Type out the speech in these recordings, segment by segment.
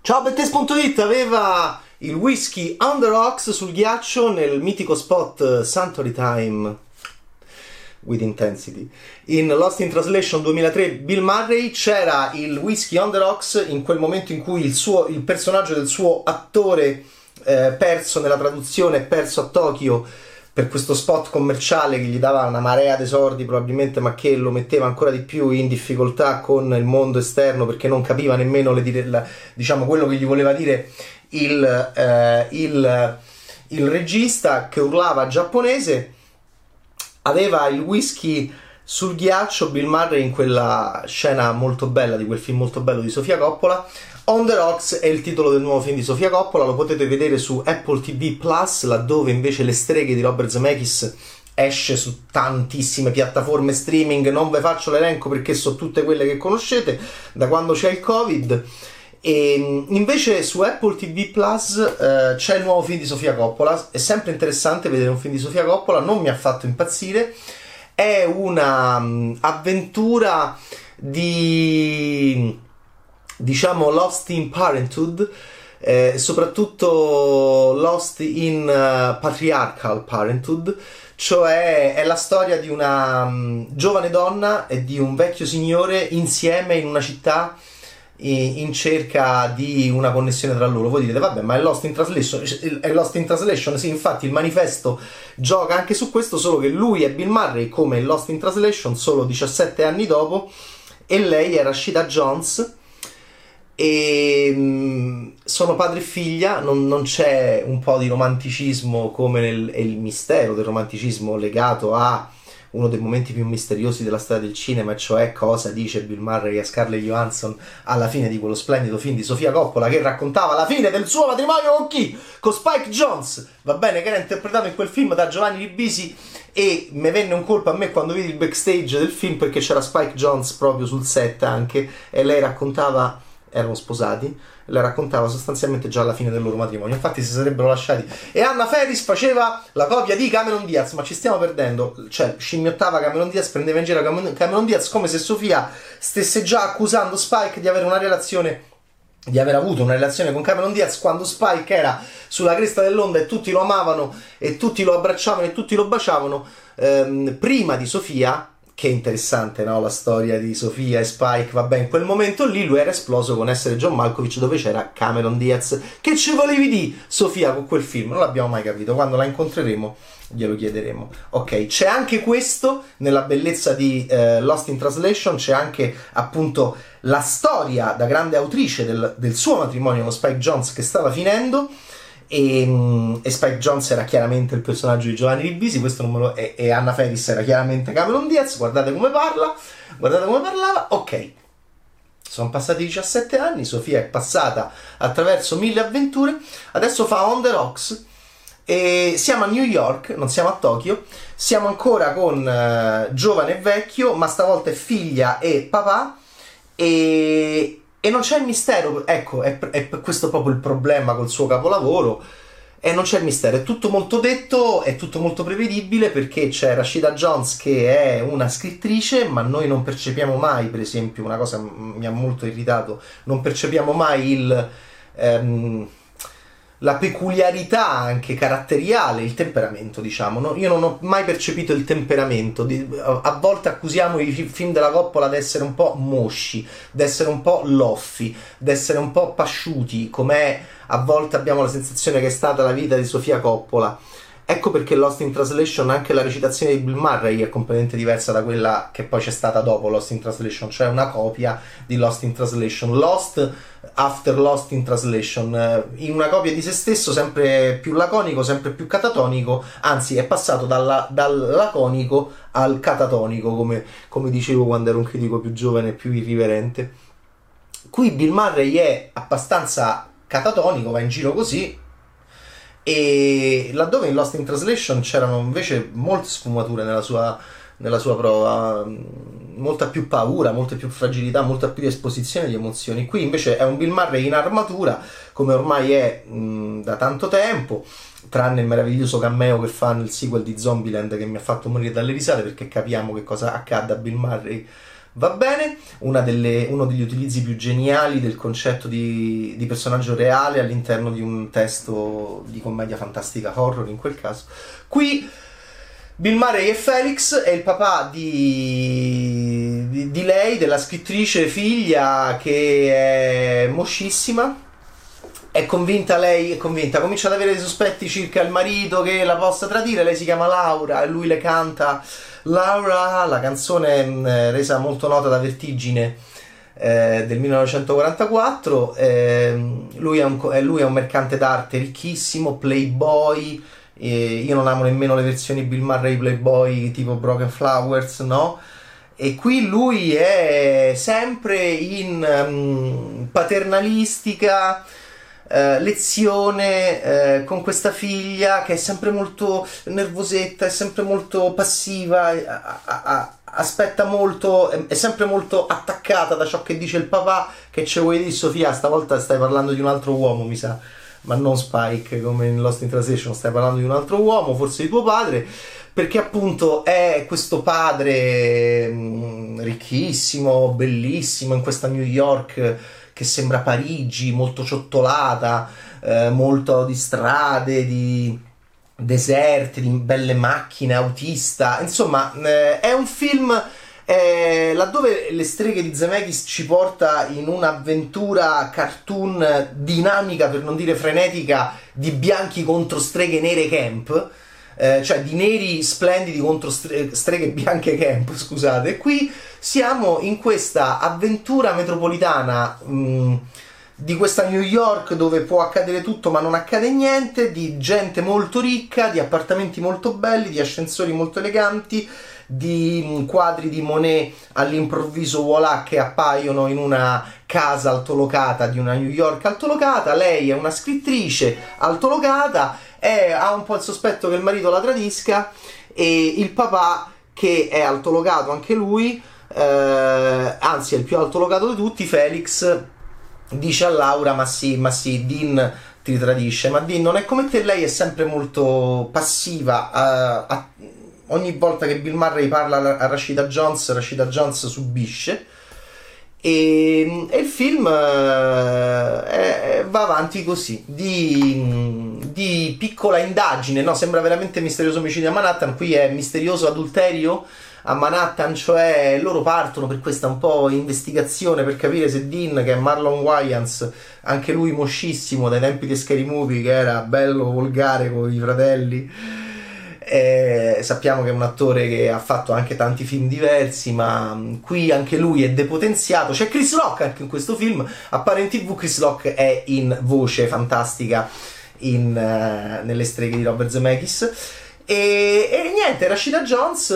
Ciao Bettes.it aveva il whisky on the rocks sul ghiaccio nel mitico spot Suntory Time with Intensity. In Lost in Translation 2003 Bill Murray c'era il whisky on the rocks in quel momento in cui il personaggio del suo attore perso nella traduzione, perso a Tokyo per questo spot commerciale che gli dava una marea di soldi probabilmente, ma che lo metteva ancora di più in difficoltà con il mondo esterno perché non capiva nemmeno diciamo quello che gli voleva dire il regista, che urlava giapponese. Aveva il whisky sul ghiaccio Bill Murray in quella scena molto bella di quel film molto bello di Sofia Coppola. On the Rocks è il titolo del nuovo film di Sofia Coppola, lo potete vedere su Apple TV Plus, laddove invece Le streghe di Robert Zemeckis esce su tantissime piattaforme streaming. Non ve faccio l'elenco perché sono tutte quelle che conoscete da quando c'è il Covid. E invece su Apple TV Plus c'è il nuovo film di Sofia Coppola. È sempre interessante vedere un film di Sofia Coppola, non mi ha fatto impazzire. È una avventura di, diciamo, Lost in Parenthood, soprattutto Lost in Patriarchal Parenthood, cioè è la storia di una giovane donna e di un vecchio signore insieme in una città in cerca di una connessione tra loro. Voi direte, vabbè, ma è Lost in Translation? È Lost in Translation? Sì, infatti il manifesto gioca anche su questo, solo che lui è Bill Murray come Lost in Translation solo 17 anni dopo, e lei è Rashida Jones, e sono padre e figlia. Non c'è un po' di romanticismo come il mistero del romanticismo legato a uno dei momenti più misteriosi della storia del cinema, cioè cosa dice Bill Murray a Scarlett Johansson alla fine di quello splendido film di Sofia Coppola che raccontava la fine del suo matrimonio con chi? Con Spike Jonze, va bene, che era interpretato in quel film da Giovanni Ribisi, e mi venne un colpo a me quando vidi il backstage del film perché c'era Spike Jonze proprio sul set anche, e lei raccontava, erano sposati, la raccontava sostanzialmente già alla fine del loro matrimonio, infatti si sarebbero lasciati, e Anna Faris faceva la copia di Cameron Diaz. Ma ci stiamo perdendo, cioè scimmiottava Cameron Diaz, prendeva in giro Cameron Diaz come se Sofia stesse già accusando Spike di avere una relazione, di aver avuto una relazione con Cameron Diaz quando Spike era sulla cresta dell'onda e tutti lo amavano e tutti lo abbracciavano e tutti lo baciavano prima di Sofia. Che interessante, no? La storia di Sofia e Spike. Vabbè, in quel momento lì lui era esploso con Essere John Malkovich, dove c'era Cameron Diaz. Che ci volevi di Sofia con quel film? Non l'abbiamo mai capito. Quando la incontreremo glielo chiederemo. Ok, c'è anche questo nella bellezza di Lost in Translation. C'è anche appunto la storia da grande autrice del suo matrimonio con Spike Jonze che stava finendo. E Spike Jonze era chiaramente il personaggio di Giovanni Ribisi, questo non me lo, e Anna Faris era chiaramente Cameron Diaz. Guardate come parla, guardate come parlava. Ok, sono passati 17 anni, Sofia è passata attraverso 1000 avventure, adesso fa On the Rocks e siamo a New York, non siamo a Tokyo, siamo ancora con giovane e vecchio, ma stavolta è figlia e papà, e non c'è il mistero. Ecco, è questo proprio il problema col suo capolavoro, e non c'è il mistero, è tutto molto detto, è tutto molto prevedibile, perché c'è Rashida Jones che è una scrittrice, ma noi non percepiamo mai, per esempio, una cosa mi ha molto irritato, non percepiamo mai la peculiarità anche caratteriale, il temperamento, diciamo, no? Io non ho mai percepito il temperamento. A volte accusiamo i film della Coppola di essere un po' mosci, di essere un po' loffi, di essere un po' pasciuti, com'è a volte abbiamo la sensazione che è stata la vita di Sofia Coppola. Ecco perché Lost in Translation, anche la recitazione di Bill Murray è completamente diversa da quella che poi c'è stata dopo Lost in Translation, cioè una copia di Lost in Translation. Lost after Lost in Translation, in una copia di se stesso, sempre più laconico, sempre più catatonico, anzi è passato dal laconico al catatonico, come dicevo quando ero un critico più giovane e più irriverente. Qui Bill Murray è abbastanza catatonico, va in giro così, e laddove in Lost in Translation c'erano invece molte sfumature nella sua prova, molta più paura, molta più fragilità, molta più esposizione di emozioni. Qui invece è un Bill Murray in armatura, come ormai è da tanto tempo, tranne il meraviglioso cameo che fa nel sequel di Zombieland, che mi ha fatto morire dalle risate, perché capiamo che cosa accadde a Bill Murray va bene, uno degli utilizzi più geniali del concetto di personaggio reale all'interno di un testo di commedia fantastica horror in quel caso. Qui Bill Murray è Felix, è il papà di lei, della scrittrice figlia, che è moscissima. Lei è convinta, comincia ad avere dei sospetti circa il marito che la possa tradire. Lei si chiama Laura e lui le canta Laura, la canzone resa molto nota da Vertigine del 1944. Lui è un mercante d'arte ricchissimo, playboy. Io non amo nemmeno le versioni Bill Murray playboy tipo Broken Flowers, no? E qui lui è sempre in paternalistica lezione con questa figlia che è sempre molto nervosetta, è sempre molto passiva, aspetta molto, è sempre molto attaccata da ciò che dice il papà. Che ce vuoi dire, Sofia? Stavolta stai parlando di un altro uomo, mi sa, ma non Spike come in Lost in Translation, stai parlando di un altro uomo, forse di tuo padre, perché appunto è questo padre ricchissimo, bellissimo, in questa New York che sembra Parigi, molto ciottolata, molto di strade, di deserti, di belle macchine, autista. Insomma, è un film laddove Le streghe di Zemeckis ci porta in un'avventura cartoon dinamica, per non dire frenetica, di bianchi contro streghe nere camp. Cioè di neri splendidi contro streghe bianche camp, scusate. E qui siamo in questa avventura metropolitana di questa New York dove può accadere tutto ma non accade niente, di gente molto ricca, di appartamenti molto belli, di ascensori molto eleganti, di quadri di Monet all'improvviso voilà che appaiono in una casa altolocata di una New York altolocata. Lei è una scrittrice altolocata e ha un po' il sospetto che il marito la tradisca, e il papà, che è altolocato anche lui, anzi è il più altolocato di tutti, Felix, dice a Laura ma sì, Dean ti tradisce, ma Dean non è come te. Lei è sempre molto passiva, ogni volta che Bill Murray parla a Rashida Jones subisce, e il film va avanti così, di piccola indagine, no? Sembra veramente Misterioso omicidio a Manhattan, qui è misterioso adulterio a Manhattan, cioè loro partono per questa un po' investigazione per capire se Dean, che è Marlon Wayans, anche lui moscissimo dai tempi di Scary Movie, che era bello volgare con i fratelli, sappiamo che è un attore che ha fatto anche tanti film diversi, ma qui anche lui è depotenziato. C'è Chris Rock anche in questo film, appare in TV. Chris Rock è in voce fantastica nelle streghe di Robert Zemeckis, e niente, Rashida Jones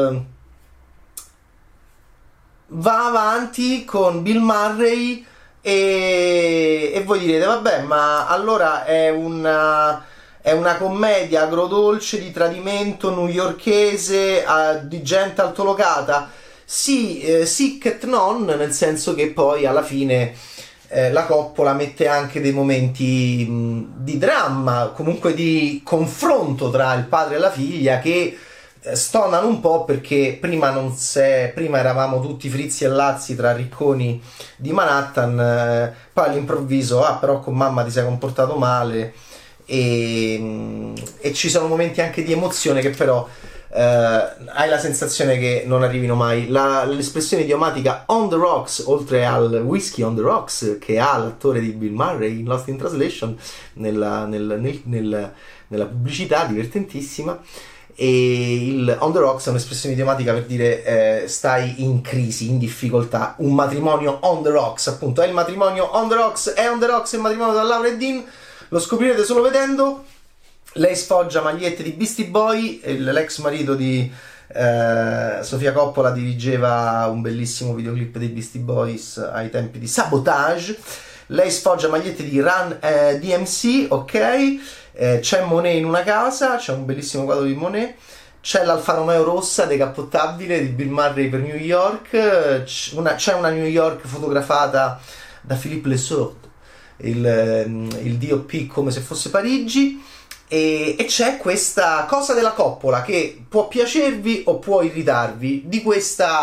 va avanti con Bill Murray, e voi direte vabbè, ma allora è una commedia agrodolce di tradimento newyorkese, di gente altolocata? Sì, sic et non, nel senso che poi alla fine la Coppola mette anche dei momenti di dramma, comunque di confronto tra il padre e la figlia, che stonano un po', perché prima eravamo tutti frizzi e lazzi tra ricconi di Manhattan, poi all'improvviso però con mamma ti sei comportato male, e ci sono momenti anche di emozione che però hai la sensazione che non arrivino mai. L'espressione idiomatica on the rocks, oltre al whisky on the rocks che ha l'attore di Bill Murray in Lost in Translation nella pubblicità divertentissima, e il on the rocks è un'espressione idiomatica per dire stai in crisi, in difficoltà. Un matrimonio on the rocks, appunto, è il matrimonio on the rocks, è on the rocks il matrimonio tra Laura e Dean. Lo scoprirete solo vedendo. Lei sfoggia magliette di Beastie Boy, l'ex marito di Sofia Coppola dirigeva un bellissimo videoclip dei Beastie Boys ai tempi di Sabotage. Lei sfoggia magliette di Run DMC, ok? C'è Monet in una casa, c'è un bellissimo quadro di Monet, c'è l'Alfa Romeo rossa decappottabile di Bill Murray per New York, c'è una New York fotografata da Philippe Lesaut, il DOP come se fosse Parigi, e c'è questa cosa della Coppola che può piacervi o può irritarvi, di questa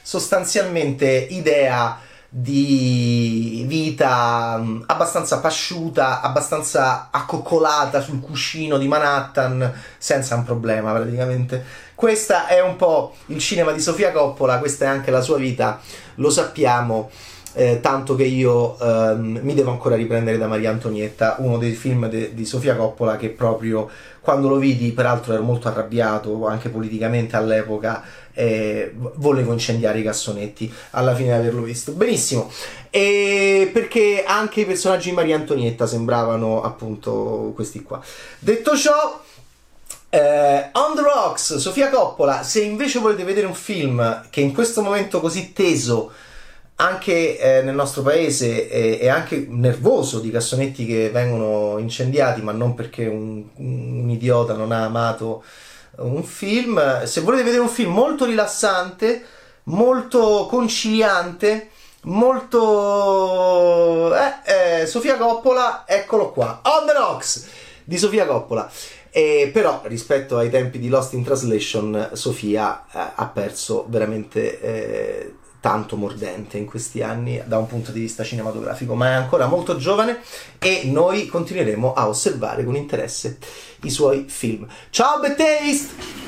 sostanzialmente idea di vita abbastanza pasciuta, abbastanza accoccolata sul cuscino di Manhattan, senza un problema praticamente. Questa è un po' il cinema di Sofia Coppola, questa è anche la sua vita, lo sappiamo. Tanto che io mi devo ancora riprendere da Maria Antonietta, uno dei film di Sofia Coppola che proprio quando lo vidi, peraltro ero molto arrabbiato anche politicamente all'epoca, volevo incendiare i cassonetti alla fine di averlo visto. Benissimo, e perché anche i personaggi di Maria Antonietta sembravano appunto questi qua. Detto ciò, On the Rocks, Sofia Coppola. Se invece volete vedere un film che in questo momento così teso anche nel nostro paese è anche nervoso, di cassonetti che vengono incendiati, ma non perché un idiota non ha amato un film. Se volete vedere un film molto rilassante, molto conciliante, molto Sofia Coppola, eccolo qua, On the Rocks di Sofia Coppola. Però rispetto ai tempi di Lost in Translation, Sofia ha perso veramente tanto mordente in questi anni da un punto di vista cinematografico, ma è ancora molto giovane e noi continueremo a osservare con interesse i suoi film. Ciao Bad Taste!